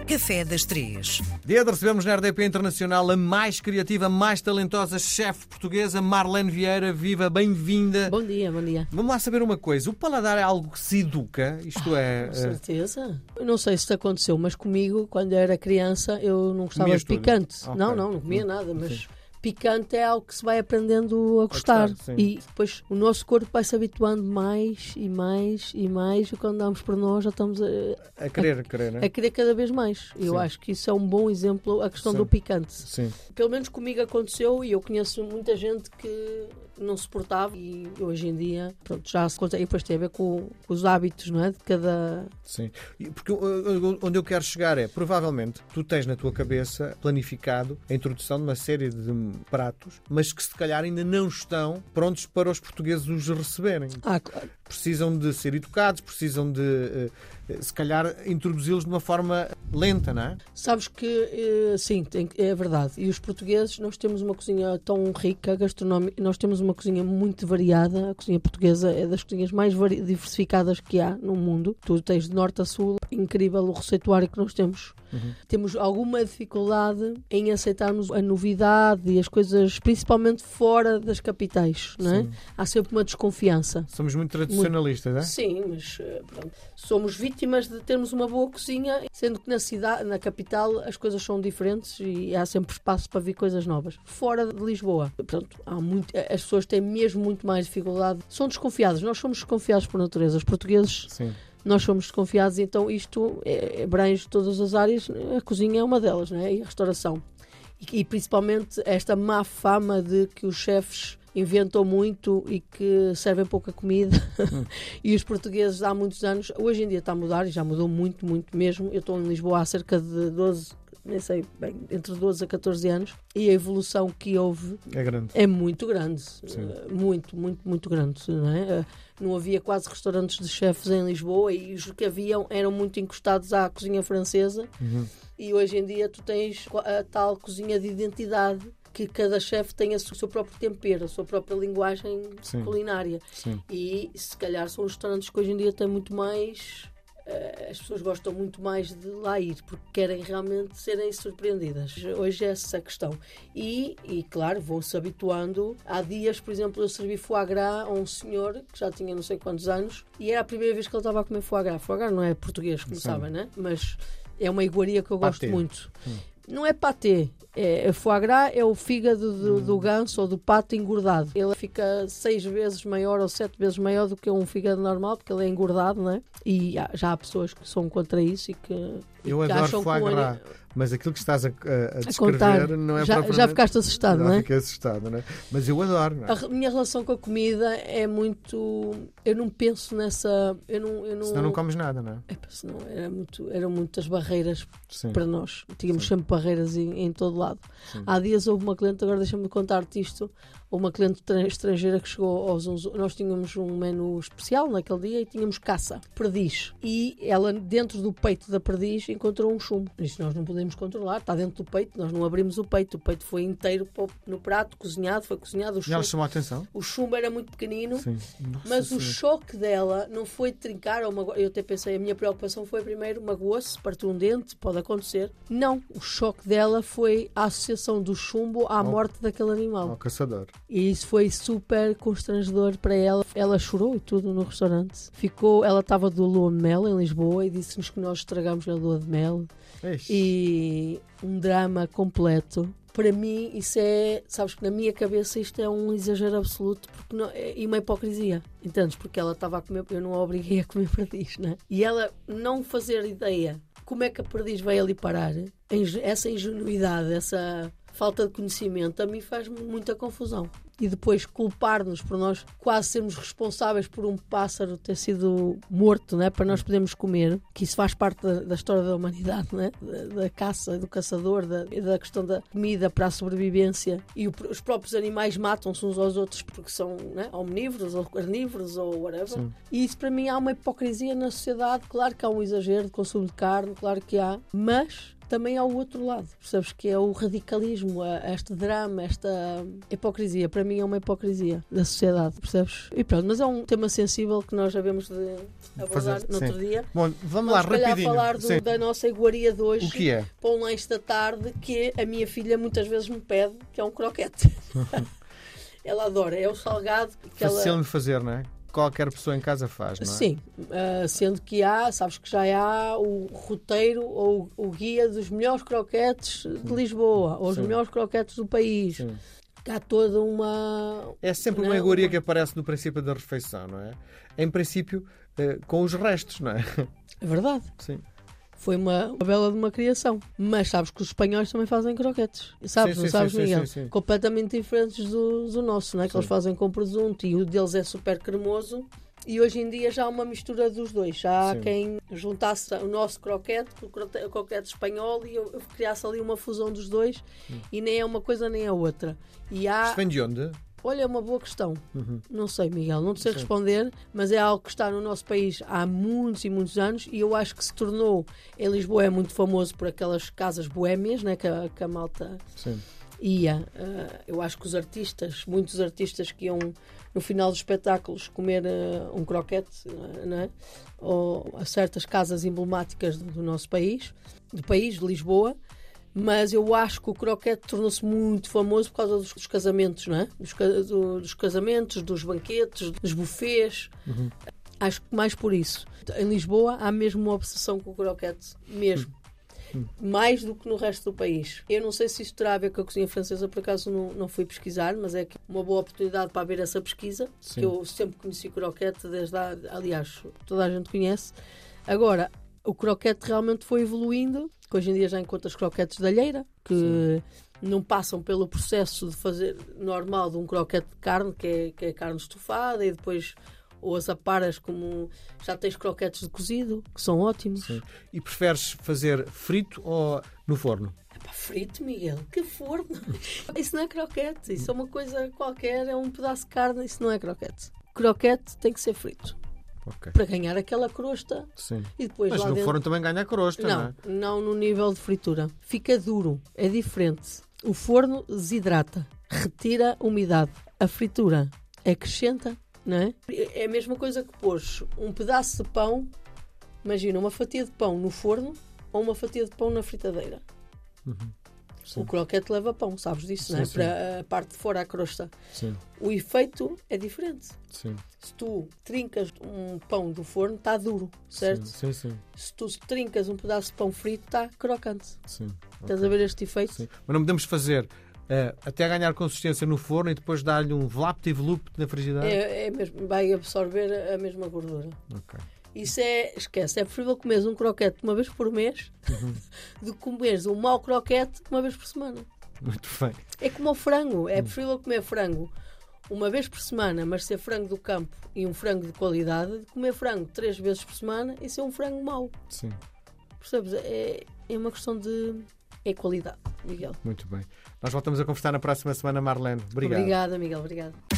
Café das Três. Dia de recebemos na RDP Internacional a mais criativa, mais talentosa chefe portuguesa, Marlene Vieira. Viva, bem-vinda. Bom dia, bom dia. Vamos lá saber uma coisa. O paladar é algo que se educa? Isto é... Com certeza. Eu não sei se isto aconteceu, mas comigo, quando eu era criança, eu não gostava Comias de picante. tudo? Não comia nada, mas... Sim. Picante é algo que se vai aprendendo a gostar. sim. E depois o nosso corpo vai se habituando mais e mais e mais. E quando damos por nós, já estamos A querer, né? a querer cada vez mais. Eu Sim. acho que isso é um bom exemplo, a questão Sim. do picante. Sim. Pelo menos comigo aconteceu, e eu conheço muita gente que não suportava, e hoje em dia, pronto, já se consegue. E depois tem a ver com os hábitos, não é? De cada... Sim. Porque onde eu quero chegar é, provavelmente, tu tens na tua cabeça planificado a introdução de uma série de pratos, mas que se calhar ainda não estão prontos para os portugueses os receberem. Claro. Precisam de ser educados, precisam de, se calhar, introduzi-los de uma forma lenta, não é? Sabes que, sim, é verdade. E os portugueses, nós temos uma cozinha tão rica, gastronómica, nós temos uma cozinha muito variada. A cozinha portuguesa é das cozinhas mais diversificadas que há no mundo. Tu tens de norte a sul, incrível o receituário que nós temos. Uhum. Temos alguma dificuldade em aceitarmos a novidade e as coisas, principalmente fora das capitais, não é? Sim. Há sempre uma desconfiança. Somos muito tradicionalistas, não é? Sim, mas pronto, somos vítimas de termos uma boa cozinha, sendo que na cidade, na capital, as coisas são diferentes e há sempre espaço para vir coisas novas. Fora de Lisboa, pronto, as pessoas têm mesmo muito mais dificuldade. São desconfiadas. Nós somos desconfiados por natureza. Os portugueses... Sim. Nós somos desconfiados, então isto abrange todas as áreas. A cozinha é uma delas, não é? E a restauração. E principalmente esta má fama de que os chefes inventam muito e que servem pouca comida. E os portugueses há muitos anos, hoje em dia está a mudar, e já mudou muito, muito mesmo. Eu estou em Lisboa há cerca de 12, nem sei bem, entre 12 a 14 anos, e a evolução que houve É grande. é muito grande. Sim. Muito, muito, muito grande, não é? Não havia quase restaurantes de chefes em Lisboa, e os que haviam eram muito encostados à cozinha francesa. Uhum. E hoje em dia tu tens a tal cozinha de identidade, que cada chefe tem o seu próprio tempero, a sua própria linguagem Sim. culinária. Sim. E se calhar são os restaurantes que hoje em dia têm muito mais... as pessoas gostam muito mais de lá ir, porque querem realmente serem surpreendidas. Hoje é essa a questão. E claro, vão-se habituando. Há dias, por exemplo, eu servi foie gras a um senhor que já tinha não sei quantos anos, e era a primeira vez que ele estava a comer foie gras. Foie gras não é português, como Sim. sabem, né? Mas é uma iguaria que eu gosto Pâté. muito. Não é patê. Foie gras é o fígado do ganso ou do pato engordado. Ele fica 6 vezes maior ou 7 vezes maior do que um fígado normal, porque ele é engordado, não é? E já há pessoas que são contra isso e que Eu que adoro acham foie que gras, mas aquilo que estás a contar, descrever não é já propriamente... ficaste assustado, não Já é? fiquei assustado, não é? Mas eu adoro, não é? A minha relação com a comida é muito... Eu não penso nessa... Senão não comes nada, não é? Senão eram muitas barreiras Sim. para nós. Tínhamos Sim. sempre barreiras em todo lado. Sim. Há dias houve uma cliente, agora deixa-me contar-te isto, uma cliente estrangeira que chegou aos 11. Nós tínhamos um menu especial naquele dia e tínhamos caça, perdiz. E ela, dentro do peito da perdiz, encontrou um chumbo. Isto nós não podemos controlar, está dentro do peito, nós não abrimos o peito foi inteiro no prato, foi cozinhado. E ela chamou a atenção? O chumbo era muito pequenino. Sim. Nossa Mas o Senhora. choque dela não foi trincar ou magoar. Eu até pensei, a minha preocupação foi primeiro, magoou-se, partiu um dente, pode acontecer. Não, o choque dela foi a associação do chumbo à morte daquele animal. Ao caçador. E isso foi super constrangedor para ela. Ela chorou e tudo no restaurante. Ela estava do lua de mel em Lisboa e disse-nos que nós estragamos a lua de mel. Eixe. E um drama completo. Para mim, isso é... Sabes que na minha cabeça isto é um exagero absoluto e uma hipocrisia. Entendes? Porque ela estava a comer... Eu não a obriguei a comer perdiz, não é? E ela não fazer ideia como é que a perdiz veio ali parar. Essa ingenuidade, essa falta de conhecimento, a mim faz-me muita confusão. E depois culpar-nos por nós quase sermos responsáveis por um pássaro ter sido morto, não é? Para nós podermos comer, que isso faz parte da história da humanidade, não é? Da caça, do caçador, da questão da comida para a sobrevivência. E os próprios animais matam-se uns aos outros porque são, não é? Omnívoros ou carnívoros ou whatever. Sim. E isso para mim há uma hipocrisia na sociedade. Claro que há um exagero de consumo de carne, claro que há, mas também há o outro lado, percebes? Que é o radicalismo, este drama, esta hipocrisia. Para mim é uma hipocrisia da sociedade, percebes? E pronto, mas é um tema sensível que nós havemos de abordar no outro dia. Bom, vamos lá, rapidinho. Falar da nossa iguaria de hoje. O que é? Para um lanche da tarde que a minha filha muitas vezes me pede, que é um croquete. Ela adora, é o salgado que ela... Facilmente fazer, não é? Qualquer pessoa em casa faz, não é? Sim, sendo que sabes que já há o roteiro ou o guia dos melhores croquetes de Lisboa, ou os melhores croquetes do país. Sim. Há toda uma... É sempre uma iguaria que aparece no princípio da refeição, não é? Em princípio, com os restos, não é? É verdade. Sim. Foi uma bela de uma criação. Mas sabes que os espanhóis também fazem croquetes. Sabes, sim, não sabes, sim, Miguel? sim. Completamente diferentes do nosso, não é? Que eles fazem com presunto e o deles é super cremoso. E hoje em dia já há uma mistura dos dois. Já há quem juntasse o nosso croquete com o croquete espanhol e eu criasse ali uma fusão dos dois. E nem é uma coisa nem a outra. E há... Isto vem de onde? Olha, é uma boa questão. Não sei, Miguel, não te sei responder, mas é algo que está no nosso país há muitos e muitos anos e eu acho que se tornou, em Lisboa é muito famoso por aquelas casas boémias, né, que a malta ia. Eu acho que os artistas, muitos artistas que iam no final dos espetáculos comer um croquete, não é? Ou a certas casas emblemáticas do nosso país, de Lisboa. Mas eu acho que o croquete tornou-se muito famoso por causa dos casamentos, não é? Dos casamentos, dos banquetes, dos buffets. Acho que mais por isso. Em Lisboa há mesmo uma obsessão com o croquete, mesmo. Mais do que no resto do país. Eu não sei se isto terá a ver com a cozinha francesa, por acaso não fui pesquisar, mas é uma boa oportunidade para haver essa pesquisa, que eu sempre conheci croquete, aliás, toda a gente conhece. Agora, o croquete realmente foi evoluindo, que hoje em dia já encontras croquetes de alheira, que não passam pelo processo de fazer normal de um croquete de carne, que é carne estufada, e depois ou as aparas, como já tens croquetes de cozido, que são ótimos. Sim. E preferes fazer frito ou no forno? Frito, Miguel? Que forno? Isso não é croquete, isso é uma coisa qualquer, é um pedaço de carne, isso não é croquete. Croquete tem que ser frito. Okay. Para ganhar aquela crosta. Sim. E depois mas lá no dentro... forno também ganha a crosta, não é? Não no nível de fritura. Fica duro, é diferente. O forno desidrata, retira a umidade. A fritura acrescenta, não é? É a mesma coisa que pôs um pedaço de pão, imagina uma fatia de pão no forno ou uma fatia de pão na fritadeira. O croquete leva pão, sabes disso, não é? Para a parte de fora, a crosta. Sim. O efeito é diferente. Sim. Se tu trincas um pão do forno, está duro, certo? Sim. Se tu trincas um pedaço de pão frito, está crocante. Sim. Estás a ver este efeito? Sim. Mas não podemos fazer até ganhar consistência no forno e depois dar-lhe um vlapt e velup na frigideira? É mesmo, vai absorver a mesma gordura. Ok. Isso esquece, é preferível comeres um croquete uma vez por mês do que comeres um mau croquete uma vez por semana. Muito bem. É como o frango, é preferível comer frango uma vez por semana, mas ser frango do campo e um frango de qualidade, de comer frango 3 vezes por semana e ser um frango mau. Sim. Percebes? É uma questão de qualidade, Miguel. Muito bem. Nós voltamos a conversar na próxima semana, Marlene. Obrigado. Obrigada, Miguel. Obrigada.